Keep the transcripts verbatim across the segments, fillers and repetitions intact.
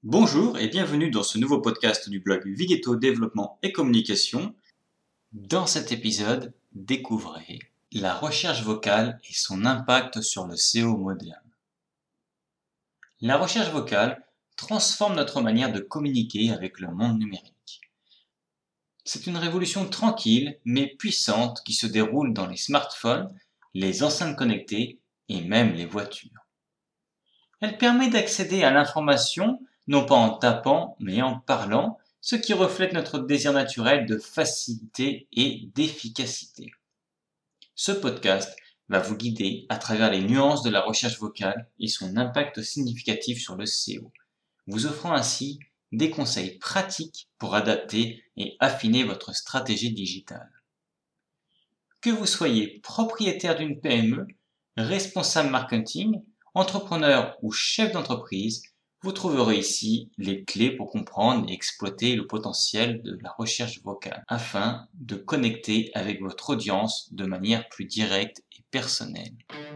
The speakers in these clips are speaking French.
Bonjour et bienvenue dans ce nouveau podcast du blog Vigeto Développement et Communication. Dans cet épisode, découvrez la recherche vocale et son impact sur le S E O moderne. La recherche vocale transforme notre manière de communiquer avec le monde numérique. C'est une révolution tranquille mais puissante qui se déroule dans les smartphones, les enceintes connectées et même les voitures. Elle permet d'accéder à l'information non pas en tapant, mais en parlant, ce qui reflète notre désir naturel de facilité et d'efficacité. Ce podcast va vous guider à travers les nuances de la recherche vocale et son impact significatif sur le S E O, vous offrant ainsi des conseils pratiques pour adapter et affiner votre stratégie digitale. Que vous soyez propriétaire d'une P M E, responsable marketing, entrepreneur ou chef d'entreprise, vous trouverez ici les clés pour comprendre et exploiter le potentiel de la recherche vocale afin de connecter avec votre audience de manière plus directe et personnelle.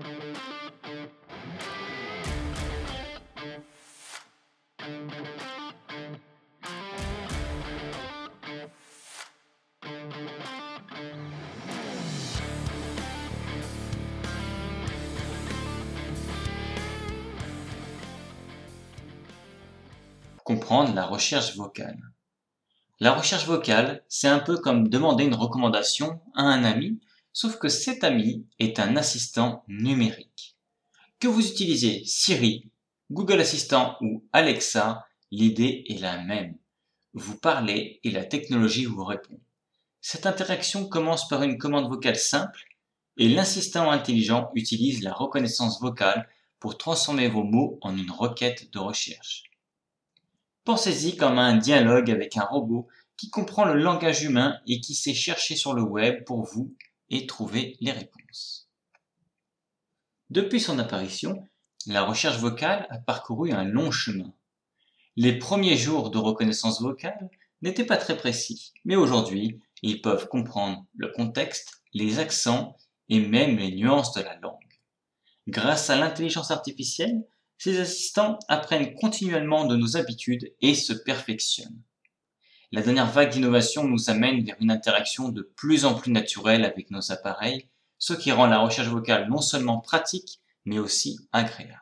Comprendre la recherche vocale. La recherche vocale, c'est un peu comme demander une recommandation à un ami, sauf que cet ami est un assistant numérique. Que vous utilisez Siri, Google Assistant ou Alexa, l'idée est la même. Vous parlez et la technologie vous répond. Cette interaction commence par une commande vocale simple et l'assistant intelligent utilise la reconnaissance vocale pour transformer vos mots en une requête de recherche. Pensez-y comme à un dialogue avec un robot qui comprend le langage humain et qui sait chercher sur le web pour vous et trouver les réponses. Depuis son apparition, la recherche vocale a parcouru un long chemin. Les premiers jours de reconnaissance vocale n'étaient pas très précis, mais aujourd'hui, ils peuvent comprendre le contexte, les accents et même les nuances de la langue. Grâce à l'intelligence artificielle, ces assistants apprennent continuellement de nos habitudes et se perfectionnent. La dernière vague d'innovation nous amène vers une interaction de plus en plus naturelle avec nos appareils, ce qui rend la recherche vocale non seulement pratique, mais aussi agréable.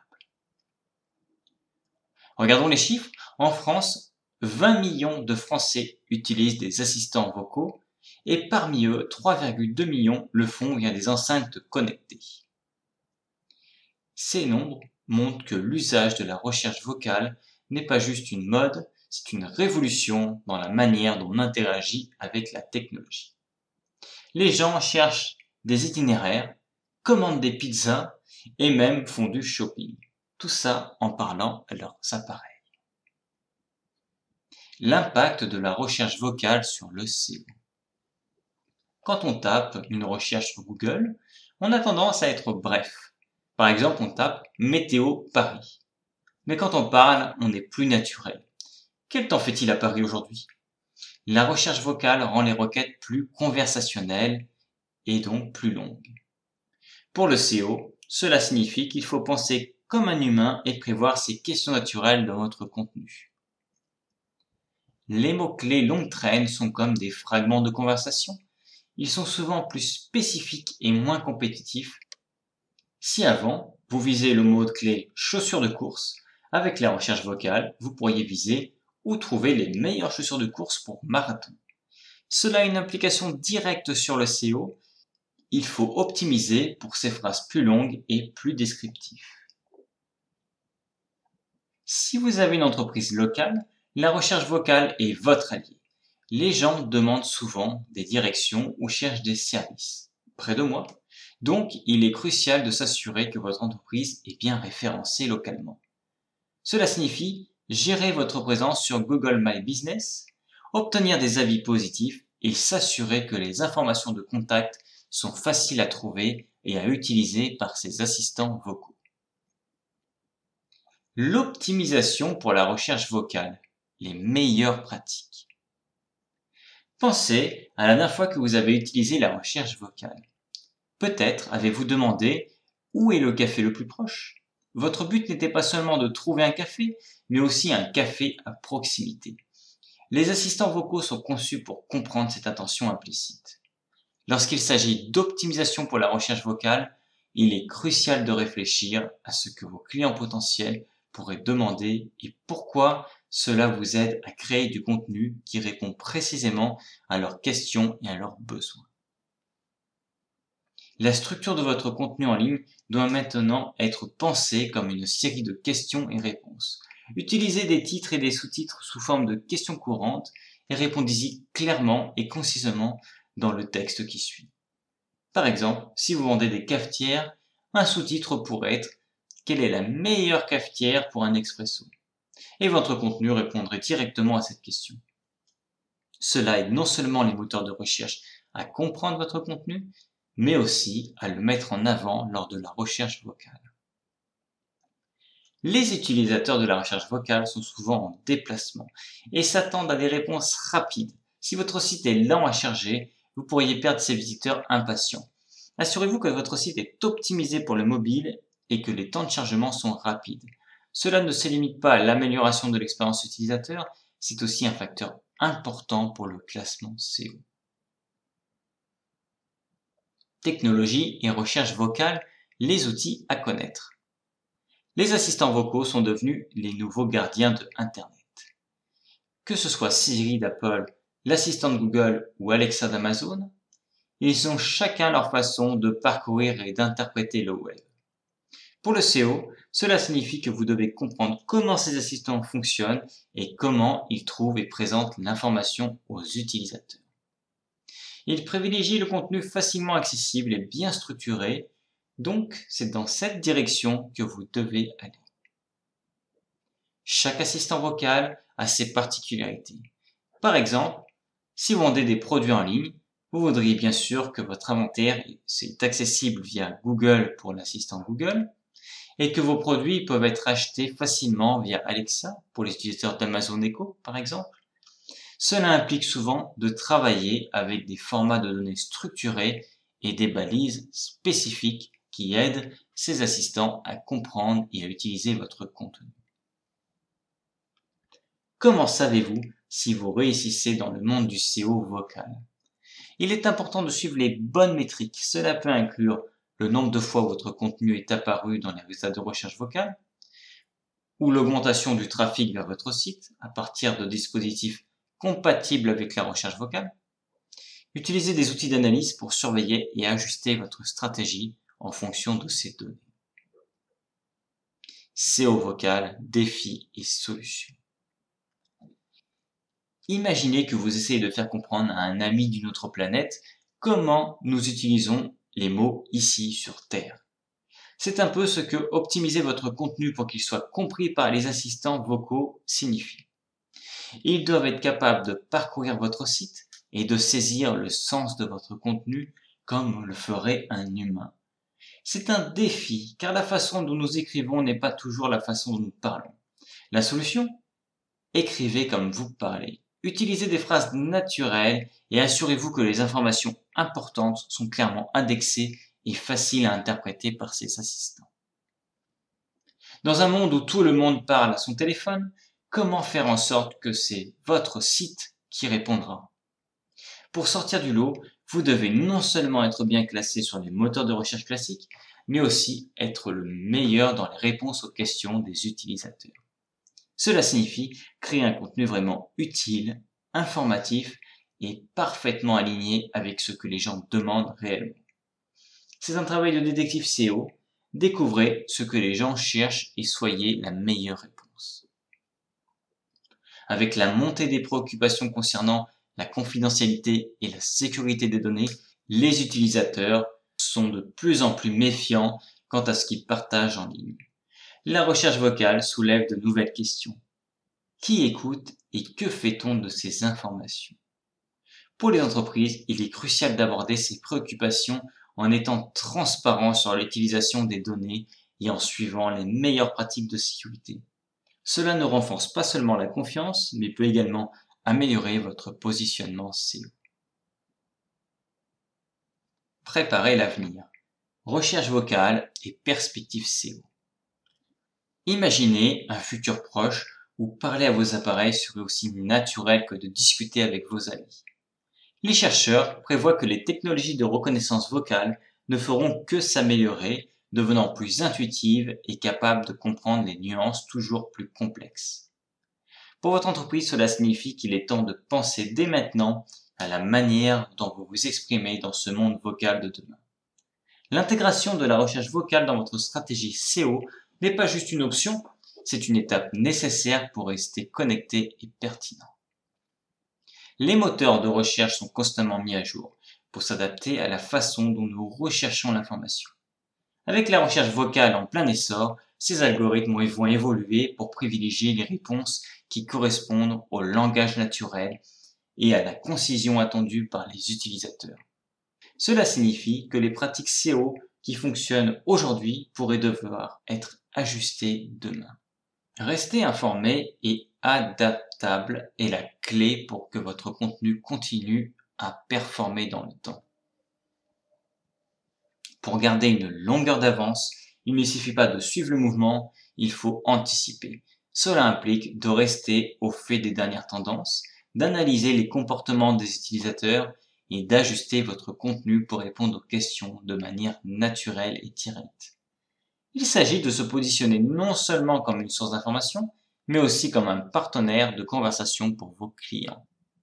Regardons les chiffres. En France, vingt millions de Français utilisent des assistants vocaux et parmi eux, trois virgule deux millions le font via des enceintes connectées. Ces nombres montre que l'usage de la recherche vocale n'est pas juste une mode, c'est une révolution dans la manière dont on interagit avec la technologie. Les gens cherchent des itinéraires, commandent des pizzas et même font du shopping. Tout ça en parlant à leurs appareils. L'impact de la recherche vocale sur le S E O. Quand on tape une recherche sur Google, on a tendance à être bref. Par exemple, on tape « Météo Paris ». Mais quand on parle, on est plus naturel. Quel temps fait-il à Paris aujourd'hui? La recherche vocale rend les requêtes plus conversationnelles et donc plus longues. Pour le S E O, cela signifie qu'il faut penser comme un humain et prévoir ces questions naturelles dans votre contenu. Les mots-clés longue traîne sont comme des fragments de conversation. Ils sont souvent plus spécifiques et moins compétitifs. Si avant, vous visez le mot-clé chaussures de course, avec la recherche vocale, vous pourriez viser où trouver les meilleures chaussures de course pour marathon. Cela a une implication directe sur le S E O. Il faut optimiser pour ces phrases plus longues et plus descriptives. Si vous avez une entreprise locale, la recherche vocale est votre allié. Les gens demandent souvent des directions ou cherchent des services. Près de moi. Donc, il est crucial de s'assurer que votre entreprise est bien référencée localement. Cela signifie gérer votre présence sur Google My Business, obtenir des avis positifs et s'assurer que les informations de contact sont faciles à trouver et à utiliser par ces assistants vocaux. L'optimisation pour la recherche vocale, les meilleures pratiques. Pensez à la dernière fois que vous avez utilisé la recherche vocale. Peut-être avez-vous demandé où est le café le plus proche? Votre but n'était pas seulement de trouver un café, mais aussi un café à proximité. Les assistants vocaux sont conçus pour comprendre cette intention implicite. Lorsqu'il s'agit d'optimisation pour la recherche vocale, il est crucial de réfléchir à ce que vos clients potentiels pourraient demander et pourquoi cela vous aide à créer du contenu qui répond précisément à leurs questions et à leurs besoins. La structure de votre contenu en ligne doit maintenant être pensée comme une série de questions et réponses. Utilisez des titres et des sous-titres sous forme de questions courantes et répondez-y clairement et concisement dans le texte qui suit. Par exemple, si vous vendez des cafetières, un sous-titre pourrait être « Quelle est la meilleure cafetière pour un expresso ?» et votre contenu répondrait directement à cette question. Cela aide non seulement les moteurs de recherche à comprendre votre contenu, mais aussi à le mettre en avant lors de la recherche vocale. Les utilisateurs de la recherche vocale sont souvent en déplacement et s'attendent à des réponses rapides. Si votre site est lent à charger, vous pourriez perdre ces visiteurs impatients. Assurez-vous que votre site est optimisé pour le mobile et que les temps de chargement sont rapides. Cela ne se limite pas à l'amélioration de l'expérience utilisateur, c'est aussi un facteur important pour le classement S E O. Technologie et recherche vocale, les outils à connaître. Les assistants vocaux sont devenus les nouveaux gardiens de Internet. Que ce soit Siri d'Apple, l'assistant de Google ou Alexa d'Amazon, ils ont chacun leur façon de parcourir et d'interpréter le web. Pour le S E O, cela signifie que vous devez comprendre comment ces assistants fonctionnent et comment ils trouvent et présentent l'information aux utilisateurs. Ils privilégient le contenu facilement accessible et bien structuré, donc c'est dans cette direction que vous devez aller. Chaque assistant vocal a ses particularités. Par exemple, si vous vendez des produits en ligne, vous voudriez bien sûr que votre inventaire est accessible via Google pour l'assistant Google et que vos produits peuvent être achetés facilement via Alexa pour les utilisateurs d'Amazon Echo par exemple. Cela implique souvent de travailler avec des formats de données structurés et des balises spécifiques qui aident ces assistants à comprendre et à utiliser votre contenu. Comment savez-vous si vous réussissez dans le monde du S E O vocal? Il est important de suivre les bonnes métriques. Cela peut inclure le nombre de fois où votre contenu est apparu dans les résultats de recherche vocale, ou l'augmentation du trafic vers votre site à partir de dispositifs compatibles avec la recherche vocale. Utilisez des outils d'analyse pour surveiller et ajuster votre stratégie en fonction de ces données. S E O vocal, défis et solutions. Imaginez que vous essayez de faire comprendre à un ami d'une autre planète comment nous utilisons les mots ici sur Terre. C'est un peu ce que optimiser votre contenu pour qu'il soit compris par les assistants vocaux signifie. Ils doivent être capables de parcourir votre site et de saisir le sens de votre contenu comme le ferait un humain. C'est un défi car la façon dont nous écrivons n'est pas toujours la façon dont nous parlons. La solution? Écrivez comme vous parlez. Utilisez des phrases naturelles et assurez-vous que les informations importantes sont clairement indexées et faciles à interpréter par ses assistants. Dans un monde où tout le monde parle à son téléphone, comment faire en sorte que c'est votre site qui répondra? Pour sortir du lot, vous devez non seulement être bien classé sur les moteurs de recherche classiques, mais aussi être le meilleur dans les réponses aux questions des utilisateurs. Cela signifie créer un contenu vraiment utile, informatif et parfaitement aligné avec ce que les gens demandent réellement. C'est un travail de détective S E O. Découvrez ce que les gens cherchent et soyez la meilleure réponse. Avec la montée des préoccupations concernant la confidentialité et la sécurité des données, les utilisateurs sont de plus en plus méfiants quant à ce qu'ils partagent en ligne. La recherche vocale soulève de nouvelles questions. Qui écoute et que fait-on de ces informations? Pour les entreprises, il est crucial d'aborder ces préoccupations en étant transparent sur l'utilisation des données et en suivant les meilleures pratiques de sécurité. Cela ne renforce pas seulement la confiance, mais peut également améliorer votre positionnement S E O. Préparez l'avenir. Recherche vocale et perspective S E O. Imaginez un futur proche où parler à vos appareils serait aussi naturel que de discuter avec vos amis. Les chercheurs prévoient que les technologies de reconnaissance vocale ne feront que s'améliorer, devenant plus intuitives et capables de comprendre les nuances toujours plus complexes. Pour votre entreprise, cela signifie qu'il est temps de penser dès maintenant à la manière dont vous vous exprimez dans ce monde vocal de demain. L'intégration de la recherche vocale dans votre stratégie S E O n'est pas juste une option, c'est une étape nécessaire pour rester connecté et pertinent. Les moteurs de recherche sont constamment mis à jour pour s'adapter à la façon dont nous recherchons l'information. Avec la recherche vocale en plein essor, ces algorithmes vont évoluer pour privilégier les réponses qui correspondent au langage naturel et à la concision attendue par les utilisateurs. Cela signifie que les pratiques S E O qui fonctionnent aujourd'hui pourraient devoir être ajustées demain. Rester informé et adaptable est la clé pour que votre contenu continue à performer dans le temps. Pour garder une longueur d'avance, il ne suffit pas de suivre le mouvement, il faut anticiper. Cela implique de rester au fait des dernières tendances, d'analyser les comportements des utilisateurs et d'ajuster votre contenu pour répondre aux questions de manière naturelle et directe. Il s'agit de se positionner non seulement comme une source d'information, mais aussi comme un partenaire de conversation pour vos clients.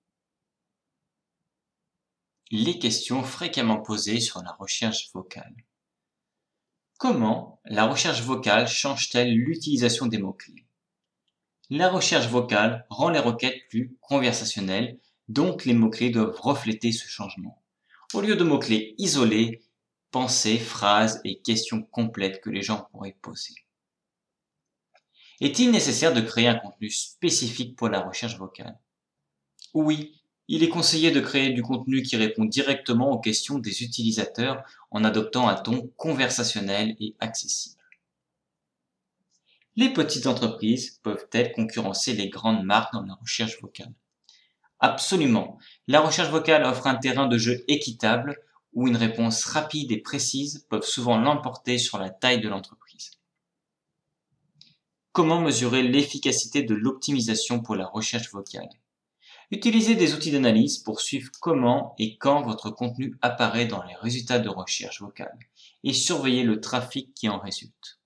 Les questions fréquemment posées sur la recherche vocale. Comment la recherche vocale change-t-elle l'utilisation des mots-clés? La recherche vocale rend les requêtes plus conversationnelles, donc les mots-clés doivent refléter ce changement. Au lieu de mots-clés isolés, pensées, phrases et questions complètes que les gens pourraient poser. Est-il nécessaire de créer un contenu spécifique pour la recherche vocale? Oui, il est conseillé de créer du contenu qui répond directement aux questions des utilisateurs en adoptant un ton conversationnel et accessible. Les petites entreprises peuvent-elles concurrencer les grandes marques dans la recherche vocale? Absolument. La recherche vocale offre un terrain de jeu équitable où une réponse rapide et précise peuvent souvent l'emporter sur la taille de l'entreprise. Comment mesurer l'efficacité de l'optimisation pour la recherche vocale? Utilisez des outils d'analyse pour suivre comment et quand votre contenu apparaît dans les résultats de recherche vocale et surveillez le trafic qui en résulte.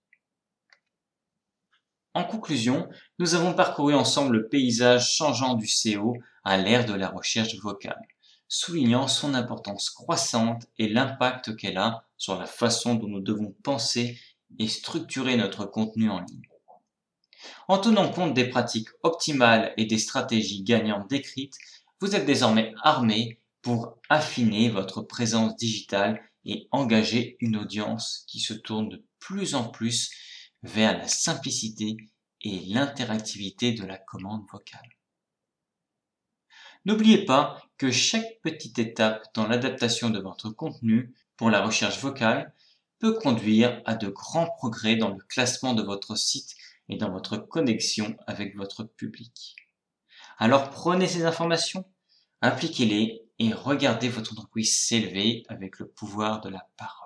En conclusion, nous avons parcouru ensemble le paysage changeant du S E O à l'ère de la recherche vocale, soulignant son importance croissante et l'impact qu'elle a sur la façon dont nous devons penser et structurer notre contenu en ligne. En tenant compte des pratiques optimales et des stratégies gagnantes décrites, vous êtes désormais armé pour affiner votre présence digitale et engager une audience qui se tourne de plus en plus vers la simplicité et l'interactivité de la commande vocale. N'oubliez pas que chaque petite étape dans l'adaptation de votre contenu pour la recherche vocale peut conduire à de grands progrès dans le classement de votre site et dans votre connexion avec votre public. Alors prenez ces informations, appliquez-les et regardez votre entreprise s'élever avec le pouvoir de la parole.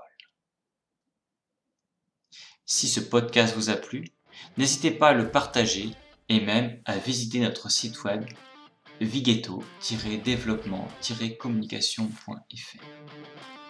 Si ce podcast vous a plu, n'hésitez pas à le partager et même à visiter notre site web vigetto tiret développement tiret communication point f r.